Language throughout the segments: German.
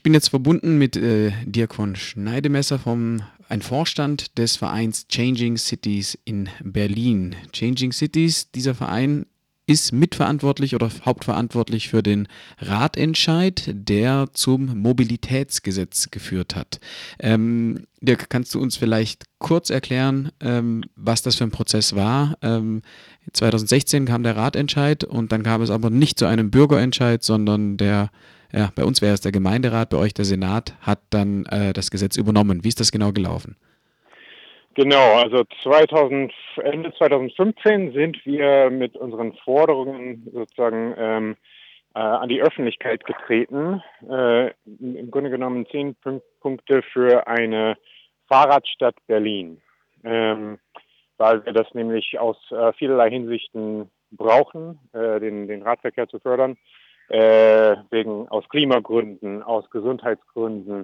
Ich bin jetzt verbunden mit Dirk Schneidemesser ein Vorstand des Vereins Changing Cities in Berlin. Changing Cities, dieser Verein ist mitverantwortlich oder hauptverantwortlich für den Ratentscheid, der zum Mobilitätsgesetz geführt hat. Dirk, kannst du uns vielleicht kurz erklären, was das für ein Prozess war? 2016 kam der Ratentscheid und dann kam es aber nicht zu einem Bürgerentscheid, sondern bei uns wäre es der Gemeinderat, bei euch der Senat, hat dann das Gesetz übernommen. Wie ist das genau gelaufen? Genau, also Ende 2015 sind wir mit unseren Forderungen sozusagen an die Öffentlichkeit getreten. Im Grunde genommen 10 Punkte für eine Fahrradstadt Berlin, weil wir das nämlich aus vielerlei Hinsichten brauchen, den Radverkehr zu fördern, aus Klimagründen, aus Gesundheitsgründen,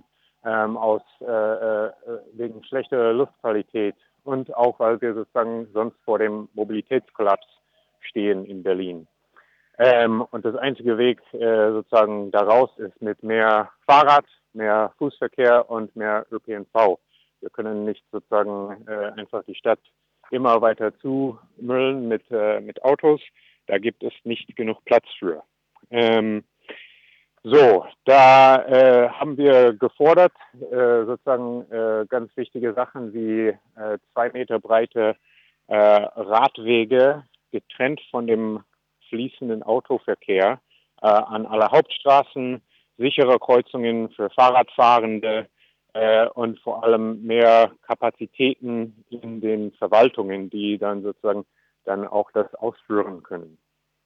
wegen schlechter Luftqualität und auch, weil wir sozusagen sonst vor dem Mobilitätskollaps stehen in Berlin. Und das einzige Weg sozusagen daraus ist mit mehr Fahrrad, mehr Fußverkehr und mehr ÖPNV. Wir können nicht sozusagen einfach die Stadt immer weiter zumüllen mit Autos. Da gibt es nicht genug Platz für. Da haben wir gefordert, sozusagen ganz wichtige Sachen wie 2 Meter breite Radwege getrennt von dem fließenden Autoverkehr an aller Hauptstraßen, sichere Kreuzungen für Fahrradfahrende und vor allem mehr Kapazitäten in den Verwaltungen, die dann sozusagen dann auch das ausführen können.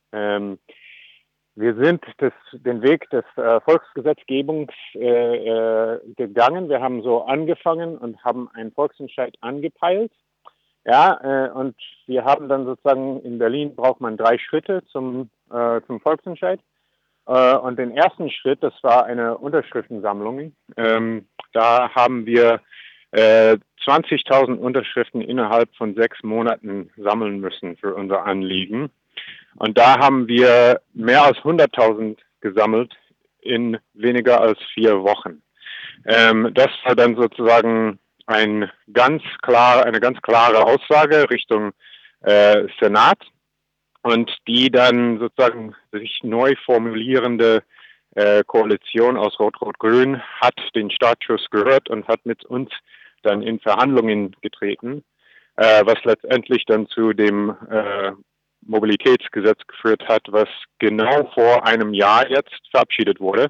Wir sind den Weg des Volksgesetzgebungs gegangen. Wir haben so angefangen und haben einen Volksentscheid angepeilt. Ja, und wir haben dann sozusagen in Berlin braucht man 3 Schritte zum Volksentscheid. Und den ersten Schritt, das war eine Unterschriftensammlung. Da haben wir 20.000 Unterschriften innerhalb von 6 Monaten sammeln müssen für unser Anliegen. Und da haben wir mehr als 100.000 gesammelt in weniger als 4 Wochen. Das war dann sozusagen eine ganz klare Aussage Richtung Senat und die dann sozusagen sich neu formulierende Koalition aus Rot-Rot-Grün hat den Startschuss gehört und hat mit uns dann in Verhandlungen getreten, was letztendlich dann zu dem Mobilitätsgesetz geführt hat, was genau vor einem Jahr jetzt verabschiedet wurde,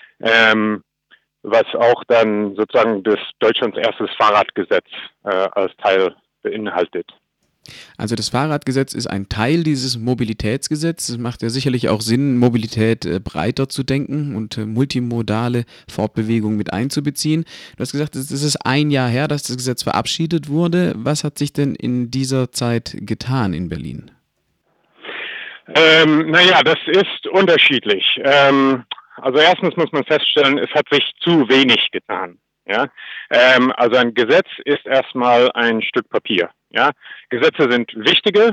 was auch dann sozusagen das Deutschlands erstes Fahrradgesetz als Teil beinhaltet. Also das Fahrradgesetz ist ein Teil dieses Mobilitätsgesetzes. Es macht ja sicherlich auch Sinn, Mobilität breiter zu denken und multimodale Fortbewegung mit einzubeziehen. Du hast gesagt, es ist ein Jahr her, dass das Gesetz verabschiedet wurde. Was hat sich denn in dieser Zeit getan in Berlin? Das ist unterschiedlich. Also erstens muss man feststellen, es hat sich zu wenig getan. Ja? Also ein Gesetz ist erstmal ein Stück Papier. Ja? Gesetze sind wichtige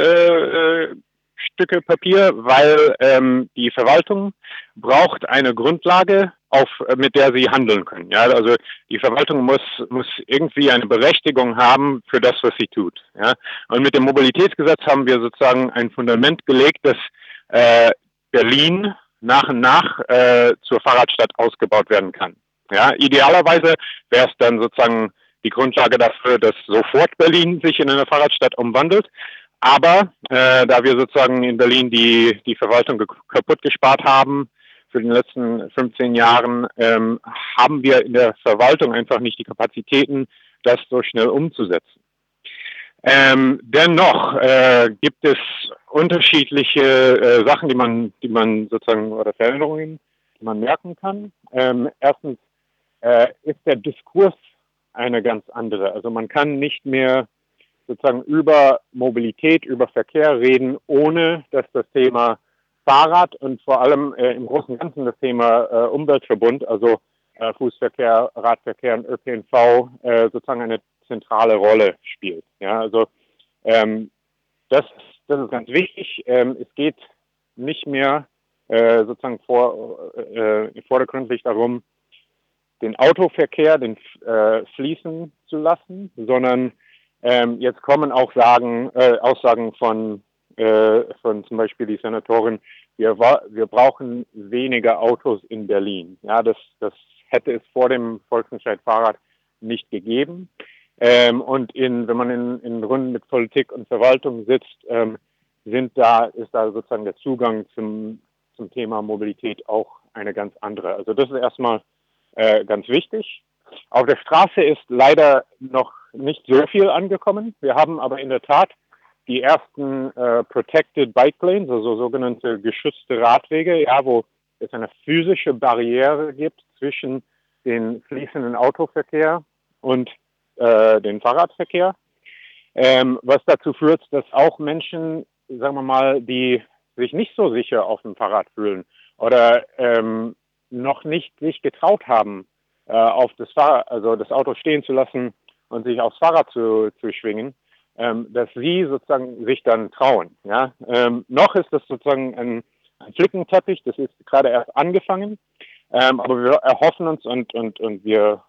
Stücke Papier, weil die Verwaltung braucht eine Grundlage, mit der sie handeln können. Ja? Also die Verwaltung muss irgendwie eine Berechtigung haben für das, was sie tut. Ja? Und mit dem Mobilitätsgesetz haben wir sozusagen ein Fundament gelegt, dass Berlin nach und nach zur Fahrradstadt ausgebaut werden kann. Ja? Idealerweise wäre es dann sozusagen die Grundlage dafür, dass sofort Berlin sich in eine Fahrradstadt umwandelt. Aber da wir sozusagen in Berlin die Verwaltung kaputt gespart haben für den letzten 15 Jahren, haben wir in der Verwaltung einfach nicht die Kapazitäten, das so schnell umzusetzen. Dennoch gibt es unterschiedliche Sachen, die man sozusagen oder Veränderungen, die man merken kann. Erstens ist der Diskurs eine ganz andere. Also man kann nicht mehr sozusagen über Mobilität, über Verkehr reden, ohne dass das Thema Fahrrad und vor allem im Großen und Ganzen das Thema Umweltverbund, also Fußverkehr, Radverkehr und ÖPNV sozusagen eine zentrale Rolle spielt. Ja, also das ist ganz wichtig. Es geht nicht mehr sozusagen vordergründig darum, den Autoverkehr fließen zu lassen, sondern jetzt kommen auch Aussagen von zum Beispiel die Senatorin, wir brauchen weniger Autos in Berlin. Ja, das hätte es vor dem Volksentscheid Fahrrad nicht gegeben. Und wenn man in Runden mit Politik und Verwaltung sitzt, ist da sozusagen der Zugang zum Thema Mobilität auch eine ganz andere. Also das ist erstmal ganz wichtig. Auf der Straße ist leider noch nicht so viel angekommen. Wir haben aber in der Tat die ersten Protected Bike Lanes, also sogenannte geschützte Radwege, ja, wo es eine physische Barriere gibt zwischen den fließenden Autoverkehr und den Fahrradverkehr, was dazu führt, dass auch Menschen, sagen wir mal, die sich nicht so sicher auf dem Fahrrad fühlen oder noch nicht sich getraut haben, auf das Auto stehen zu lassen und sich aufs Fahrrad zu schwingen, dass sie sozusagen sich dann trauen. Ja? Noch ist das sozusagen ein Flickenteppich, das ist gerade erst angefangen, aber wir erhoffen uns und wir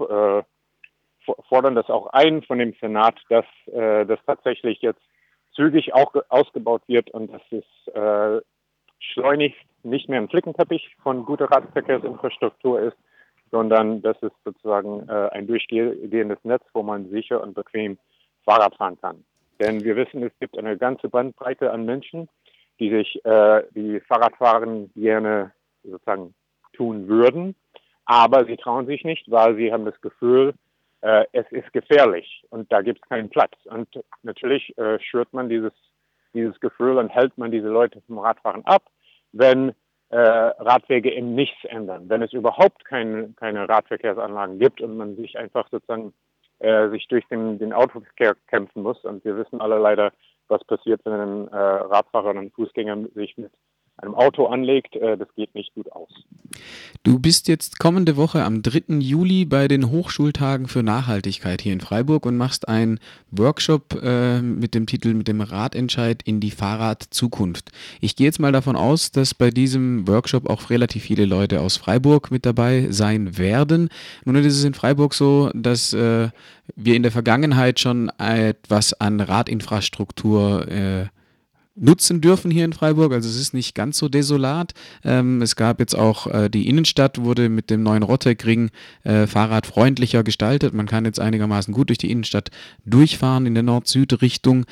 fordern das auch ein von dem Senat, dass das tatsächlich jetzt zügig auch ausgebaut wird und dass es schleunigst nicht mehr ein Flickenteppich von guter Radverkehrsinfrastruktur ist, sondern dass es sozusagen ein durchgehendes Netz, wo man sicher und bequem Fahrrad fahren kann. Denn wir wissen, es gibt eine ganze Bandbreite an Menschen, die die Fahrradfahren gerne sozusagen tun würden, aber sie trauen sich nicht, weil sie haben das Gefühl, es ist gefährlich und da gibt es keinen Platz. Und natürlich schürt man dieses Gefühl und hält man diese Leute vom Radfahren ab, wenn Radwege eben nichts ändern. Wenn es überhaupt keine Radverkehrsanlagen gibt und man sich einfach sozusagen sich durch den Autoverkehr kämpfen muss. Und wir wissen alle leider, was passiert, wenn ein Radfahrer oder ein Fußgänger sich mit einem Auto anlegt. Das geht nicht gut aus. Du bist jetzt kommende Woche am 3. Juli bei den Hochschultagen für Nachhaltigkeit hier in Freiburg und machst einen Workshop mit dem Titel mit dem Radentscheid in die Fahrradzukunft. Ich gehe jetzt mal davon aus, dass bei diesem Workshop auch relativ viele Leute aus Freiburg mit dabei sein werden. Nun ist es in Freiburg so, dass wir in der Vergangenheit schon etwas an Radinfrastruktur nutzen dürfen hier in Freiburg, also es ist nicht ganz so desolat. Es gab jetzt auch, die Innenstadt wurde mit dem neuen Rotteckring fahrradfreundlicher gestaltet. Man kann jetzt einigermaßen gut durch die Innenstadt durchfahren in der Nord-Süd-Richtung.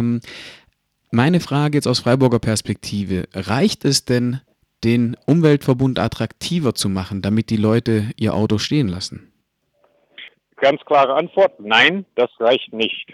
Meine Frage jetzt aus Freiburger Perspektive, reicht es denn, den Umweltverbund attraktiver zu machen, damit die Leute ihr Auto stehen lassen? Ganz klare Antwort, nein, das reicht nicht.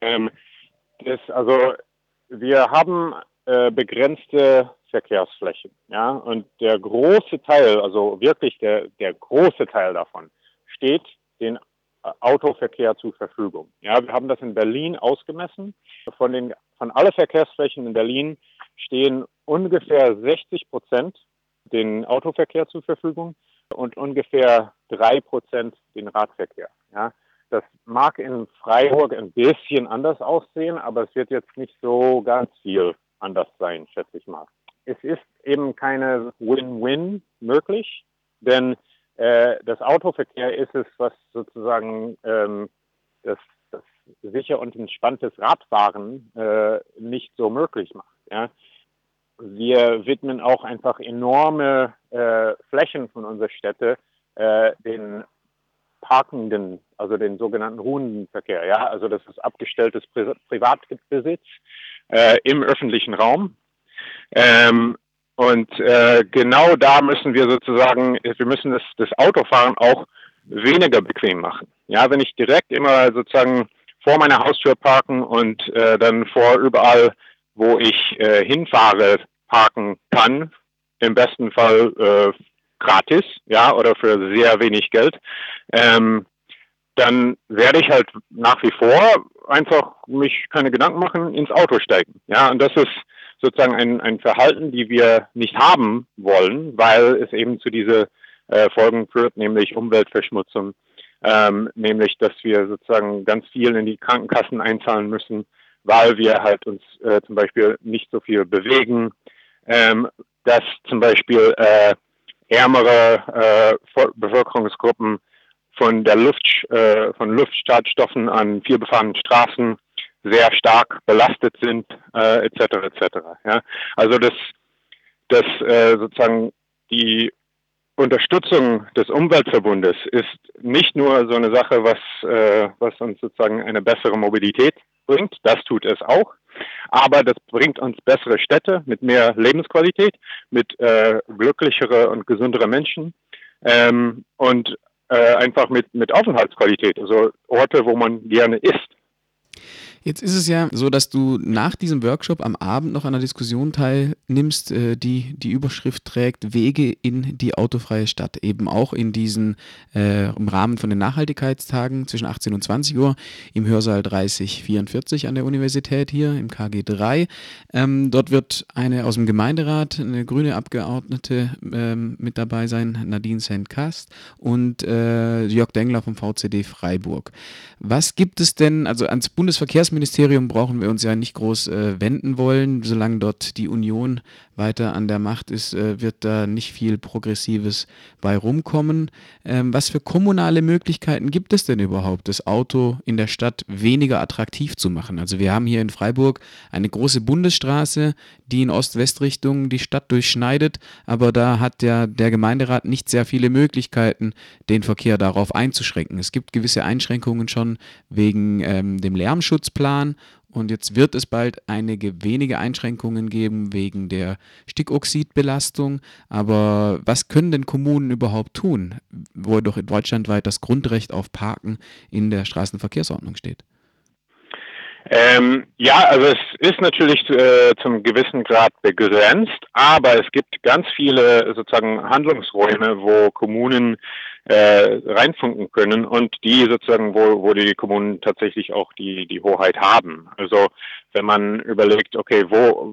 Wir haben begrenzte Verkehrsflächen, ja, und der große Teil, also wirklich der große Teil davon, steht den Autoverkehr zur Verfügung. Ja, wir haben das in Berlin ausgemessen. Von alle Verkehrsflächen in Berlin stehen ungefähr 60% den Autoverkehr zur Verfügung und ungefähr 3% den Radverkehr. Ja. Das mag in Freiburg ein bisschen anders aussehen, aber es wird jetzt nicht so ganz viel anders sein, schätze ich mal. Es ist eben keine Win-Win möglich, denn das Autoverkehr ist es, was sozusagen das sicher und entspanntes Radfahren nicht so möglich macht. Ja. Wir widmen auch einfach enorme Flächen von unserer Städte den Parkenden, also den sogenannten ruhenden Verkehr. Ja, also das ist abgestelltes Privatbesitz im öffentlichen Raum. Genau da müssen wir sozusagen, wir müssen das Autofahren auch weniger bequem machen. Ja, wenn ich direkt immer sozusagen vor meiner Haustür parken und dann vor überall, wo ich hinfahre, parken kann, im besten Fall gratis, ja, oder für sehr wenig Geld, dann werde ich halt nach wie vor einfach mich keine Gedanken machen, ins Auto steigen. Ja, und das ist sozusagen ein Verhalten, die wir nicht haben wollen, weil es eben zu diese Folgen führt, nämlich Umweltverschmutzung, nämlich, dass wir sozusagen ganz viel in die Krankenkassen einzahlen müssen, weil wir halt uns zum Beispiel nicht so viel bewegen, dass zum Beispiel ärmere Bevölkerungsgruppen von von Luftschadstoffen an vielbefahrenen Straßen sehr stark belastet sind, etc. etc. Ja? Also das sozusagen die Unterstützung des Umweltverbundes ist nicht nur so eine Sache, was uns sozusagen eine bessere Mobilität bringt, das tut es auch, aber das bringt uns bessere Städte mit mehr Lebensqualität, mit glücklichere und gesündere Menschen und einfach mit Aufenthaltsqualität, also Orte, wo man gerne ist. Jetzt ist es ja so, dass du nach diesem Workshop am Abend noch an einer Diskussion teilnimmst, die die Überschrift trägt Wege in die autofreie Stadt. Eben auch in diesen, im Rahmen von den Nachhaltigkeitstagen zwischen 18 und 20 Uhr im Hörsaal 3044 an der Universität hier im KG 3. Dort wird eine aus dem Gemeinderat, eine grüne Abgeordnete mit dabei sein, Nadine Sendkast und Jörg Dengler vom VCD Freiburg. Was gibt es denn, also ans Bundesverkehrsministerium brauchen wir uns ja nicht groß wenden wollen. Solange dort die Union weiter an der Macht ist, wird da nicht viel Progressives bei rumkommen. Was für kommunale Möglichkeiten gibt es denn überhaupt, das Auto in der Stadt weniger attraktiv zu machen? Also wir haben hier in Freiburg eine große Bundesstraße, die in Ost-West-Richtung die Stadt durchschneidet, aber da hat ja der Gemeinderat nicht sehr viele Möglichkeiten, den Verkehr darauf einzuschränken. Es gibt gewisse Einschränkungen schon wegen dem Lärmschutzplan und jetzt wird es bald einige wenige Einschränkungen geben wegen der Stickoxidbelastung. Aber was können denn Kommunen überhaupt tun, wo doch deutschlandweit das Grundrecht auf Parken in der Straßenverkehrsordnung steht? Ja, also es ist natürlich zum gewissen Grad begrenzt, aber es gibt ganz viele sozusagen Handlungsräume, wo Kommunen reinfunken können und die sozusagen, wo die Kommunen tatsächlich auch die Hoheit haben. Also wenn man überlegt, okay, wo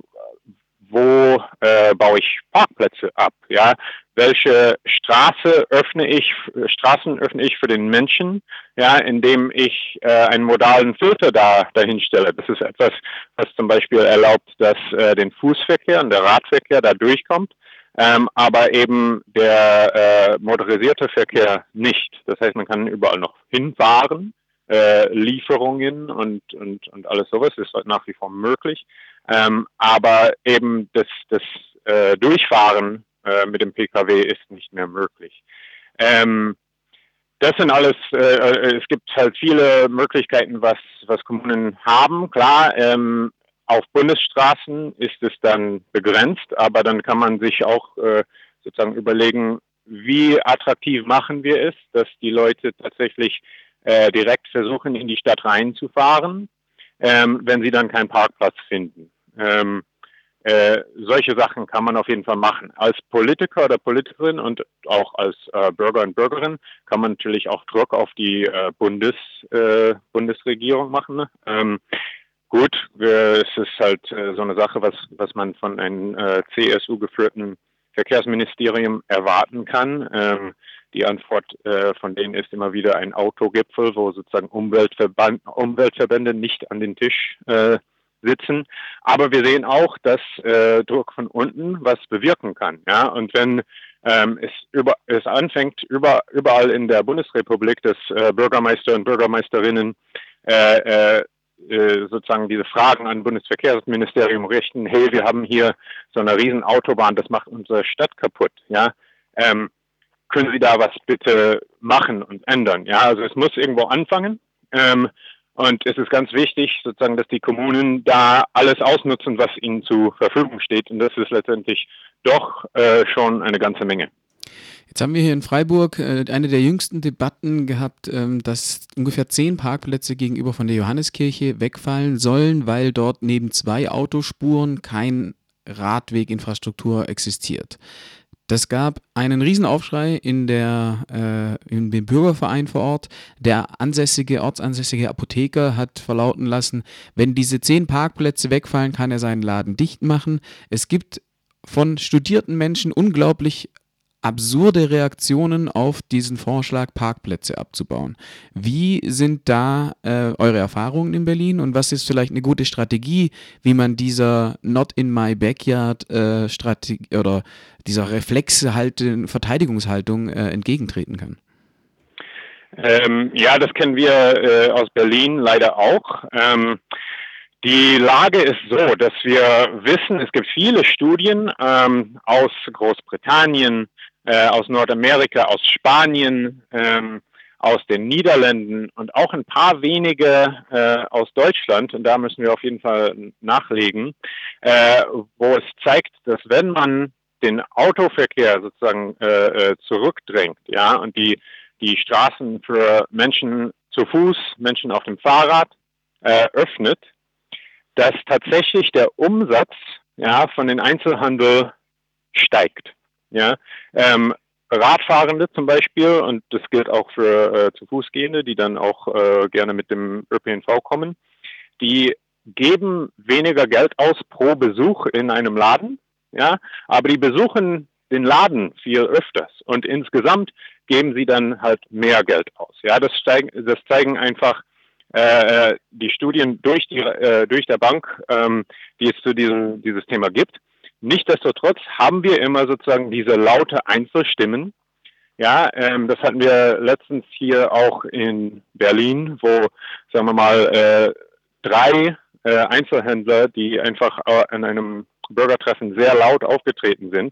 baue ich Parkplätze ab? Ja, welche Straßen öffne ich für den Menschen? Ja, indem ich einen modalen Filter dahin stelle. Das ist etwas, was zum Beispiel erlaubt, dass den Fußverkehr und der Radverkehr da durchkommt, aber eben der motorisierte Verkehr nicht. Das heißt, man kann überall noch hinfahren. Lieferungen und alles sowas ist nach wie vor möglich. Aber eben das Durchfahren mit dem Pkw ist nicht mehr möglich. Das sind alles, es gibt halt viele Möglichkeiten, was Kommunen haben. Klar, auf Bundesstraßen ist es dann begrenzt, aber dann kann man sich auch sozusagen überlegen, wie attraktiv machen wir es, dass die Leute tatsächlich direkt versuchen, in die Stadt reinzufahren, wenn sie dann keinen Parkplatz finden. Solche Sachen kann man auf jeden Fall machen. Als Politiker oder Politikerin und auch als Bürger und Bürgerin kann man natürlich auch Druck auf die Bundesregierung machen. Gut, es ist halt so eine Sache, was man von einem CSU-geführten Verkehrsministerium erwarten kann. Die Antwort von denen ist immer wieder ein Autogipfel, wo sozusagen Umweltverbände nicht an den Tisch sitzen. Aber wir sehen auch, dass Druck von unten was bewirken kann. Ja? Und wenn es anfängt, überall in der Bundesrepublik, dass Bürgermeister und Bürgermeisterinnen sozusagen diese Fragen an Bundesverkehrsministerium richten, hey, wir haben hier so eine riesen Autobahn, das macht unsere Stadt kaputt. Ja? Können Sie da was bitte machen und ändern? Ja, also es muss irgendwo anfangen. Und es ist ganz wichtig, sozusagen, dass die Kommunen da alles ausnutzen, was ihnen zur Verfügung steht. Und das ist letztendlich doch schon eine ganze Menge. Jetzt haben wir hier in Freiburg eine der jüngsten Debatten gehabt, dass ungefähr 10 Parkplätze gegenüber von der Johanneskirche wegfallen sollen, weil dort neben 2 Autospuren kein Radweginfrastruktur existiert. Das gab einen Riesenaufschrei in dem Bürgerverein vor Ort. Der ortsansässige Apotheker hat verlauten lassen, wenn diese 10 Parkplätze wegfallen, kann er seinen Laden dicht machen. Es gibt von studierten Menschen unglaublich absurde Reaktionen auf diesen Vorschlag, Parkplätze abzubauen. Wie sind da eure Erfahrungen in Berlin und was ist vielleicht eine gute Strategie, wie man dieser Not in my backyard Strategie oder dieser Verteidigungshaltung entgegentreten kann? Ja, das kennen wir aus Berlin leider auch. Die Lage ist so, dass wir wissen, es gibt viele Studien aus Großbritannien, aus Nordamerika, aus Spanien, aus den Niederlanden und auch ein paar wenige aus Deutschland, und da müssen wir auf jeden Fall nachlegen, wo es zeigt, dass wenn man den Autoverkehr sozusagen zurückdrängt, ja, und die Straßen für Menschen zu Fuß, Menschen auf dem Fahrrad öffnet, dass tatsächlich der Umsatz, ja, von den Einzelhandel steigt. Ja. Radfahrende zum Beispiel, und das gilt auch für zu Fußgehende, die dann auch gerne mit dem ÖPNV kommen, die geben weniger Geld aus pro Besuch in einem Laden, ja, aber die besuchen den Laden viel öfters und insgesamt geben sie dann halt mehr Geld aus. Ja, das zeigen einfach die Studien durch der Bank, die es zu dieses Thema gibt. Nichtsdestotrotz haben wir immer sozusagen diese laute Einzelstimmen. Ja, das hatten wir letztens hier auch in Berlin, wo, sagen wir mal, 3 Einzelhändler, die einfach an einem Bürgertreffen sehr laut aufgetreten sind,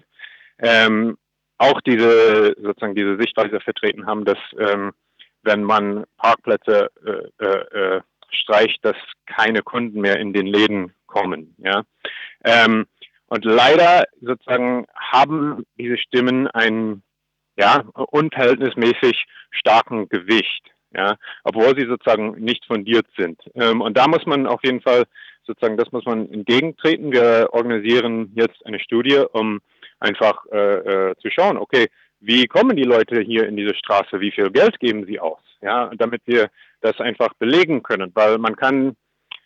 auch diese Sichtweise vertreten haben, dass wenn man Parkplätze streicht, dass keine Kunden mehr in den Läden kommen. Ja? Und leider sozusagen haben diese Stimmen einen unverhältnismäßig starken Gewicht, ja, obwohl sie sozusagen nicht fundiert sind. Und da muss man auf jeden Fall sozusagen, das muss man entgegentreten. Wir organisieren jetzt eine Studie, um einfach zu schauen, okay, wie kommen die Leute hier in diese Straße, wie viel Geld geben sie aus, ja, damit wir das einfach belegen können, weil man kann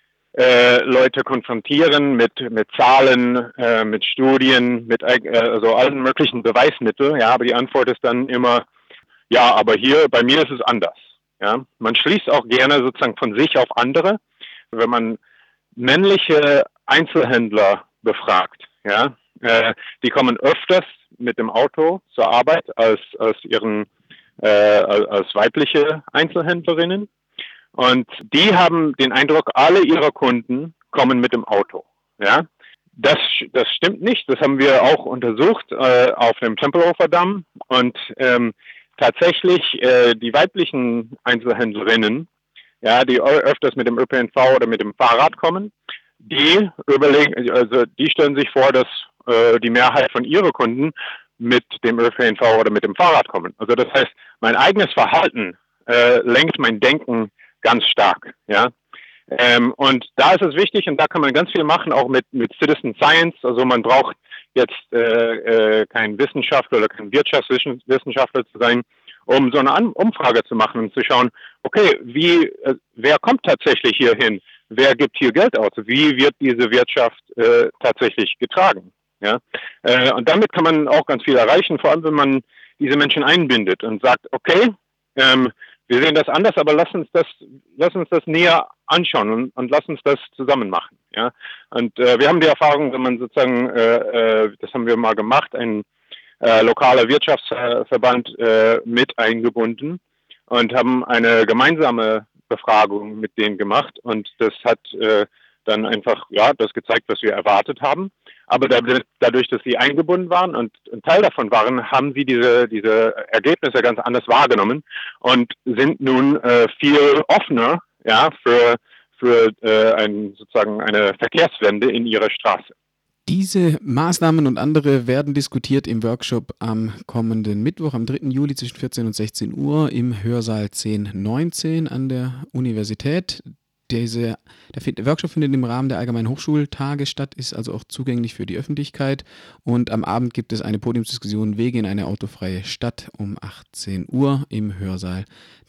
Leute konfrontieren mit Zahlen, mit Studien, mit also allen möglichen Beweismitteln, ja, aber die Antwort ist dann immer, ja, aber hier, bei mir ist es anders, ja. Man schließt auch gerne sozusagen von sich auf andere, wenn man männliche Einzelhändler befragt, ja, die kommen öfters mit dem Auto zur Arbeit als weibliche Einzelhändlerinnen. Und die haben den Eindruck, alle ihre Kunden kommen mit dem Auto. Ja, das stimmt nicht. Das haben wir auch untersucht auf dem Tempelhofer Damm. Und tatsächlich die weiblichen Einzelhändlerinnen, ja, die öfters mit dem ÖPNV oder mit dem Fahrrad kommen, die stellen sich vor, dass die Mehrheit von ihren Kunden mit dem ÖPNV oder mit dem Fahrrad kommen. Also das heißt, mein eigenes Verhalten lenkt mein Denken ganz stark. Ja? Und da ist es wichtig, und da kann man ganz viel machen, auch mit Citizen Science. Also man braucht jetzt kein Wissenschaftler oder kein Wirtschaftswissenschaftler zu sein, um so eine Umfrage zu machen und zu schauen, okay, wer kommt tatsächlich hier hin? Wer gibt hier Geld aus? Wie wird diese Wirtschaft tatsächlich getragen? Ja? Und damit kann man auch ganz viel erreichen, vor allem wenn man diese Menschen einbindet und sagt, okay, wir sehen das anders, aber lass uns das näher anschauen und lass uns das zusammen machen. Ja? Und wir haben die Erfahrung, wenn man sozusagen, das haben wir mal gemacht, ein lokaler Wirtschaftsverband mit eingebunden und haben eine gemeinsame Befragung mit denen gemacht, und das hat dann einfach das gezeigt, was wir erwartet haben. Aber dadurch, dass sie eingebunden waren und ein Teil davon waren, haben sie diese Ergebnisse ganz anders wahrgenommen und sind nun viel offener, ja, für sozusagen eine Verkehrswende in ihrer Straße. Diese Maßnahmen und andere werden diskutiert im Workshop am kommenden Mittwoch, am 3. Juli zwischen 14 und 16 Uhr im Hörsaal 1019 an der Universität. Der Workshop findet im Rahmen der Allgemeinen Hochschultage statt, ist also auch zugänglich für die Öffentlichkeit. Und am Abend gibt es eine Podiumsdiskussion Wege in eine autofreie Stadt um 18 Uhr im Hörsaal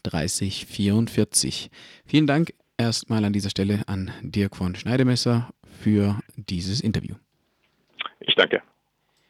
3044. Vielen Dank erstmal an dieser Stelle an Dirk von Schneidemesser für dieses Interview. Ich danke.